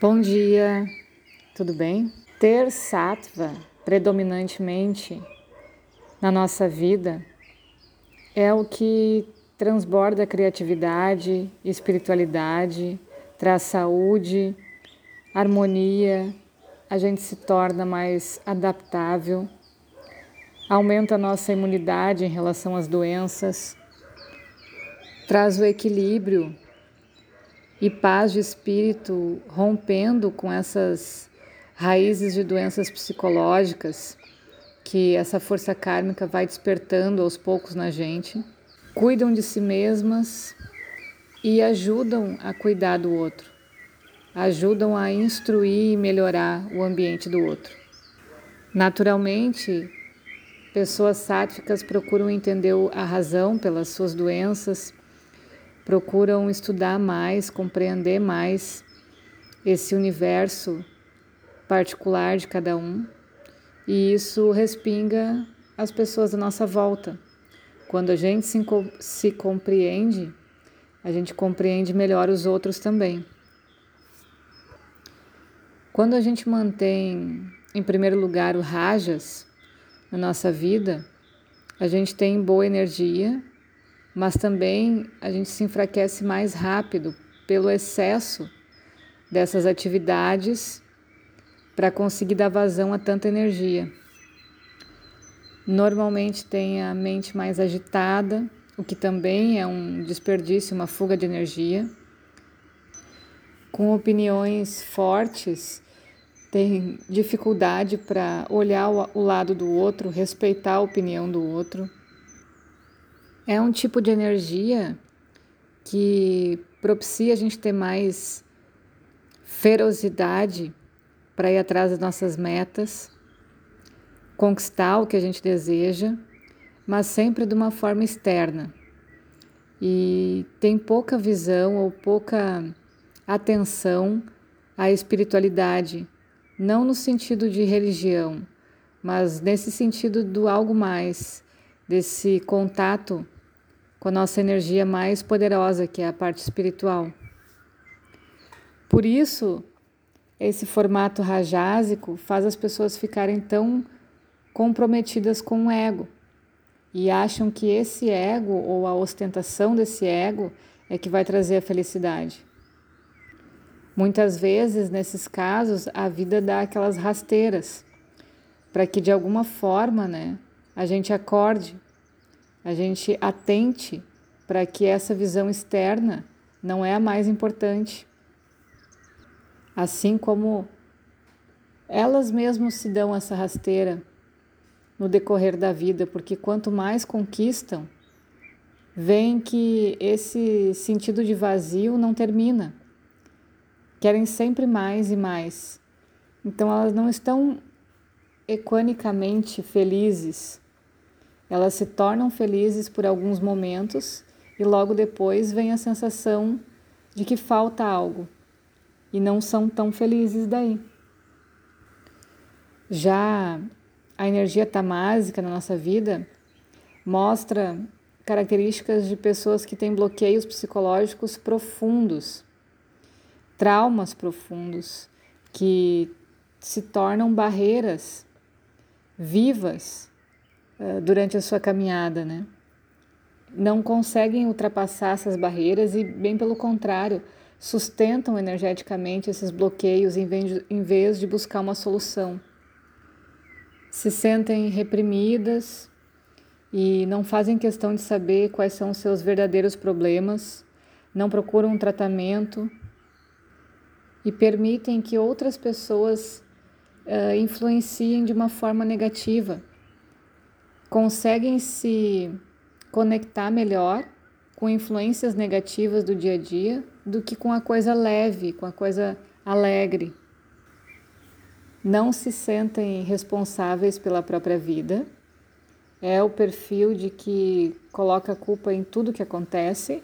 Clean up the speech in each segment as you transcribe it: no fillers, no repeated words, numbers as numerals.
Bom dia, tudo bem? Ter sattva predominantemente na nossa vida é o que transborda criatividade, espiritualidade, traz saúde, harmonia, a gente se torna mais adaptável, aumenta a nossa imunidade em relação às doenças, traz o equilíbrio e paz de espírito, rompendo com essas raízes de doenças psicológicas que essa força kármica vai despertando aos poucos na gente. Cuidam de si mesmas e ajudam a cuidar do outro, ajudam a instruir e melhorar o ambiente do outro. Naturalmente, pessoas sáttvicas procuram entender a razão pelas suas doenças, procuram estudar mais, compreender mais esse universo particular de cada um, e isso respinga as pessoas da nossa volta. Quando a gente se compreende, a gente compreende melhor os outros também. Quando a gente mantém em primeiro lugar o rajas na nossa vida, a gente tem boa energia, mas também a gente se enfraquece mais rápido pelo excesso dessas atividades para conseguir dar vazão a tanta energia. Normalmente tem a mente mais agitada, o que também é um desperdício, uma fuga de energia. Com opiniões fortes, tem dificuldade para olhar o lado do outro, respeitar a opinião do outro. É um tipo de energia que propicia a gente ter mais ferocidade para ir atrás das nossas metas, conquistar o que a gente deseja, mas sempre de uma forma externa. E tem pouca visão ou pouca atenção à espiritualidade, não no sentido de religião, mas nesse sentido do algo mais, desse contato com a nossa energia mais poderosa, que é a parte espiritual. Por isso, esse formato rajásico faz as pessoas ficarem tão comprometidas com o ego e acham que esse ego ou a ostentação desse ego é que vai trazer a felicidade. Muitas vezes, nesses casos, a vida dá aquelas rasteiras para que de alguma forma, a gente acorde, a gente atente para que essa visão externa não é a mais importante. Assim como elas mesmas se dão essa rasteira no decorrer da vida, porque quanto mais conquistam, veem que esse sentido de vazio não termina. Querem sempre mais e mais. Então elas não estão equanicamente felizes. Elas se tornam felizes por alguns momentos e logo depois vem a sensação de que falta algo e não são tão felizes daí. Já a energia tamásica na nossa vida mostra características de pessoas que têm bloqueios psicológicos profundos, traumas profundos, que se tornam barreiras vivas durante a sua caminhada, Não conseguem ultrapassar essas barreiras e, bem pelo contrário, sustentam energeticamente esses bloqueios em vez de buscar uma solução. Se sentem reprimidas e não fazem questão de saber quais são os seus verdadeiros problemas, não procuram um tratamento e permitem que outras pessoas influenciem de uma forma negativa. Conseguem se conectar melhor com influências negativas do dia a dia do que com a coisa leve, com a coisa alegre. Não se sentem responsáveis pela própria vida. É o perfil de que coloca a culpa em tudo que acontece,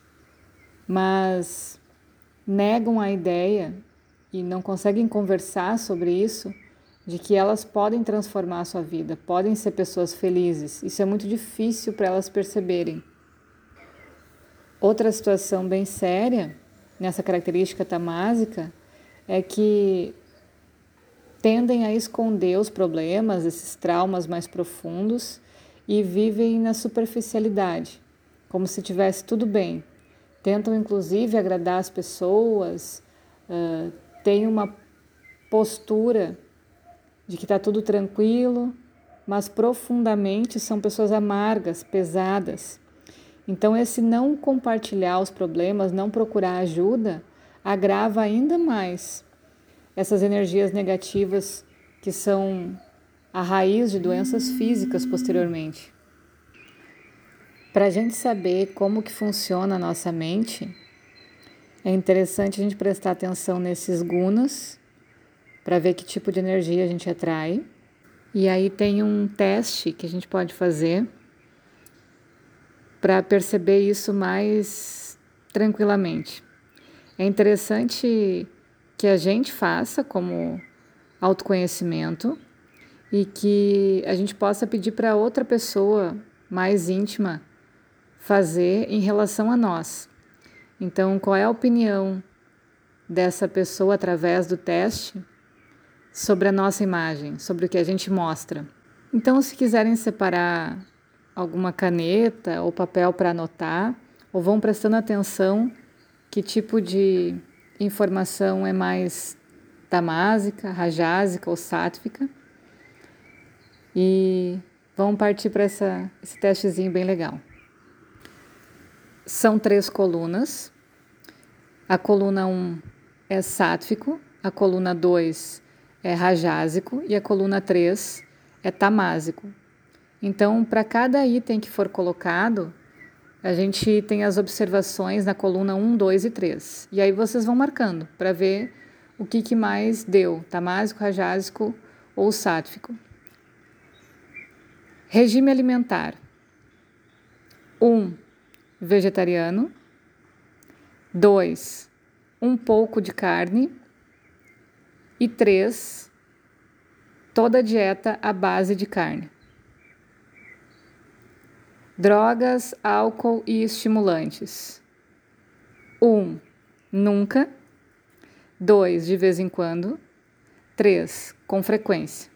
mas negam a ideia e não conseguem conversar sobre isso, de que elas podem transformar a sua vida, podem ser pessoas felizes. Isso é muito difícil para elas perceberem. Outra situação bem séria nessa característica tamásica é que tendem a esconder os problemas, esses traumas mais profundos, e vivem na superficialidade, como se tivesse tudo bem. Tentam, inclusive, agradar as pessoas, têm uma postura de que está tudo tranquilo, mas profundamente são pessoas amargas, pesadas. Então, esse não compartilhar os problemas, não procurar ajuda, agrava ainda mais essas energias negativas que são a raiz de doenças físicas posteriormente. Para a gente saber como que funciona a nossa mente, é interessante a gente prestar atenção nesses gunas, para ver que tipo de energia a gente atrai. E aí tem um teste que a gente pode fazer para perceber isso mais tranquilamente. É interessante que a gente faça como autoconhecimento e que a gente possa pedir para outra pessoa mais íntima fazer em relação a nós. Então, qual é a opinião dessa pessoa através do teste sobre a nossa imagem, sobre o que a gente mostra? Então, se quiserem separar alguma caneta ou papel para anotar, ou vão prestando atenção que tipo de informação é mais tamásica, rajásica ou sátvica, e vamos partir para esse testezinho bem legal. São 3 colunas. A coluna 1 é sátvico, a coluna 2 é rajásico e a coluna 3 é tamásico. Então, para cada item que for colocado, a gente tem as observações na coluna 1, 2 e 3. E aí vocês vão marcando para ver o que mais deu, tamásico, rajásico ou sátvico. Regime alimentar. 1, vegetariano. 2, um pouco de carne. E 3, toda dieta à base de carne. Drogas, álcool e estimulantes. 1, nunca. 2, de vez em quando. 3, com frequência.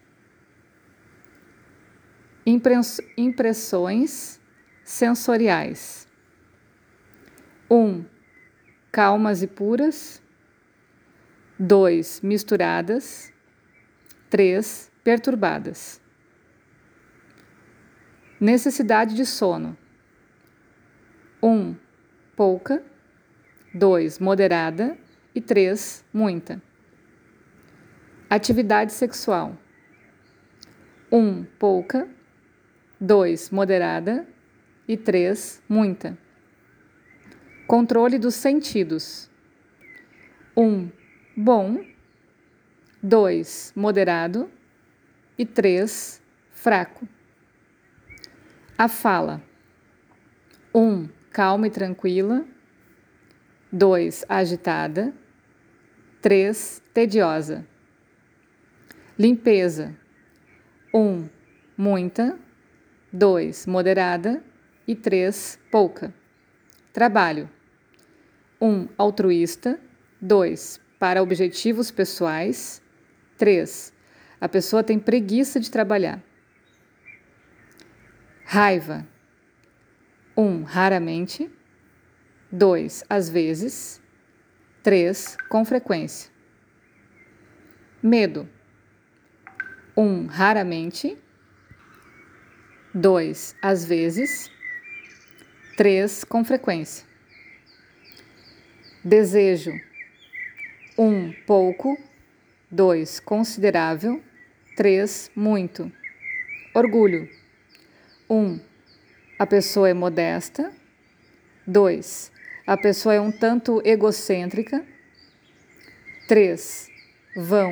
Impressões sensoriais. 1, calmas e puras. 2, misturadas. 3, perturbadas. Necessidade de sono. 1, pouca. 2, moderada. E 3, muita. Atividade sexual. 1, pouca. 2, moderada. E 3, muita. Controle dos sentidos. 1, bom. 2, moderado. E 3, fraco. A fala. 1, calma e tranquila. 2, agitada. 3, tediosa. Limpeza. 1, muita. 2, moderada. E 3, pouca. Trabalho. 1, altruísta. 2, para objetivos pessoais. 3, a pessoa tem preguiça de trabalhar. Raiva. 1, raramente. 2, às vezes. 3, com frequência. Medo. 1, raramente. 2, às vezes. 3, com frequência. Desejo. 1, pouco. 2, considerável. 3, muito. Orgulho. 1, a pessoa é modesta. 2, a pessoa é um tanto egocêntrica. 3, vão.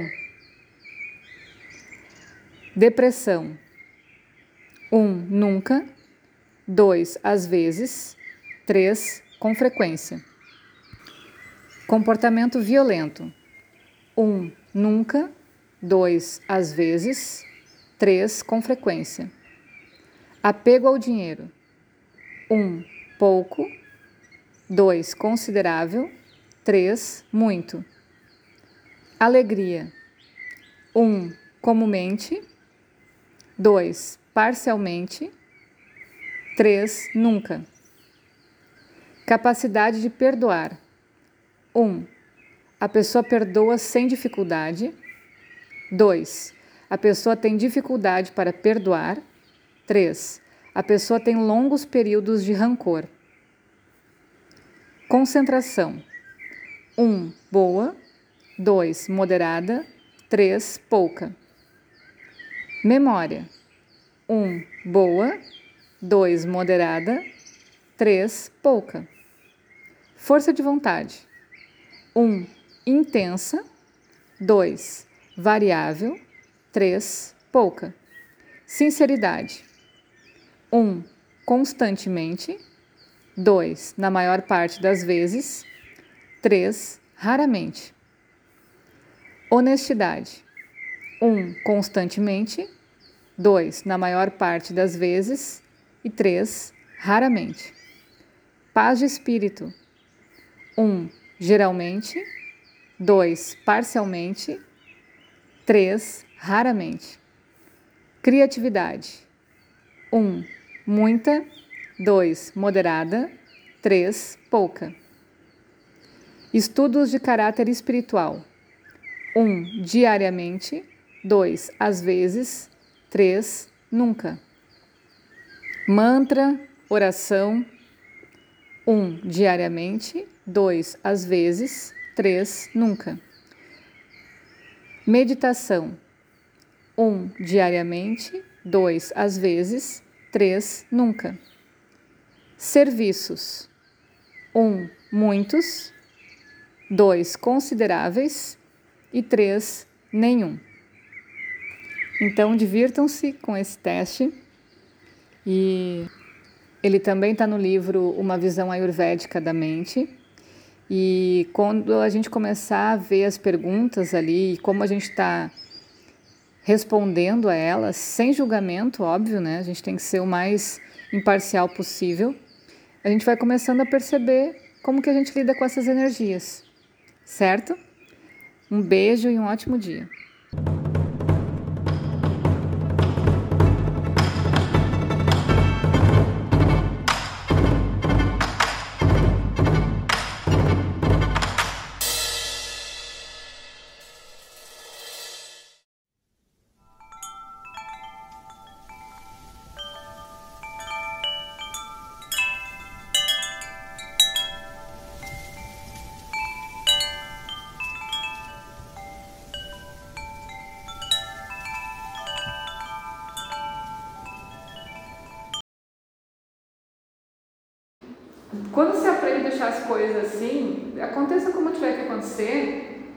Depressão. 1, nunca. 2, às vezes. 3, com frequência. Comportamento violento. 1, nunca. 2, às vezes. 3, com frequência. Apego ao dinheiro. 1, pouco. 2, considerável. 3, muito. Alegria. 1. Comumente. 2. Parcialmente. 3. Nunca. Capacidade de perdoar. 1. A pessoa perdoa sem dificuldade. 2. A pessoa tem dificuldade para perdoar. 3. A pessoa tem longos períodos de rancor. Concentração. 1. Boa. 2. Moderada. 3. Pouca. Memória. 1. Boa. 2. Moderada. 3. Pouca. Força de vontade. 1. Intensa. 2. Variável. 3. Pouca. Sinceridade. 1. Constantemente. 2. Na maior parte das vezes. 3. Raramente. Honestidade. 1. Constantemente. 2. Na maior parte das vezes. E 3. Raramente. Paz de espírito. 1. Geralmente. 2. Parcialmente. 3. Raramente. Criatividade. 1. Muita. 2. Moderada. 3. Pouca. Estudos de caráter espiritual. 1. Diariamente. 2. Às vezes. 3. Nunca. Mantra, oração. 1. Diariamente. 2. Às vezes. 3. Nunca. Meditação. 1. Diariamente. 2. Às vezes. 3. Nunca. Serviços. 1. Muitos. 2. Consideráveis. E 3. Nenhum. Então, divirtam-se com esse teste. E ele também está no livro Uma Visão Ayurvédica da Mente. E quando a gente começar a ver as perguntas ali e como a gente está respondendo a elas, sem julgamento, óbvio, né? A gente tem que ser o mais imparcial possível. A gente vai começando a perceber como que a gente lida com essas energias, certo? Um beijo e um ótimo dia. Quando você aprende a deixar as coisas assim, aconteça como tiver que acontecer,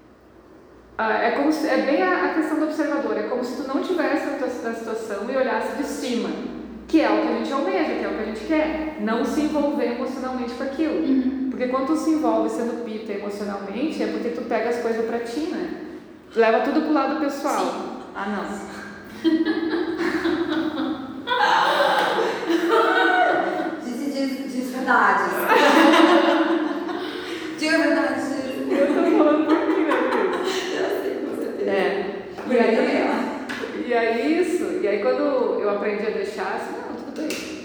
é bem a questão do observador, é como se tu não tivesse na situação e olhasse de cima, que é o que a gente almeja, que é o que a gente quer, não se envolver emocionalmente com aquilo. Porque quando tu se envolve sendo pita emocionalmente, é porque tu pega as coisas pra ti, né? Leva tudo pro lado pessoal. Sim. Ah, não. Diz verdades. Diga verdades. Eu tô falando por mim, né? Eu sei, com certeza. E aí quando eu aprendi a deixar, assim, não, tudo bem.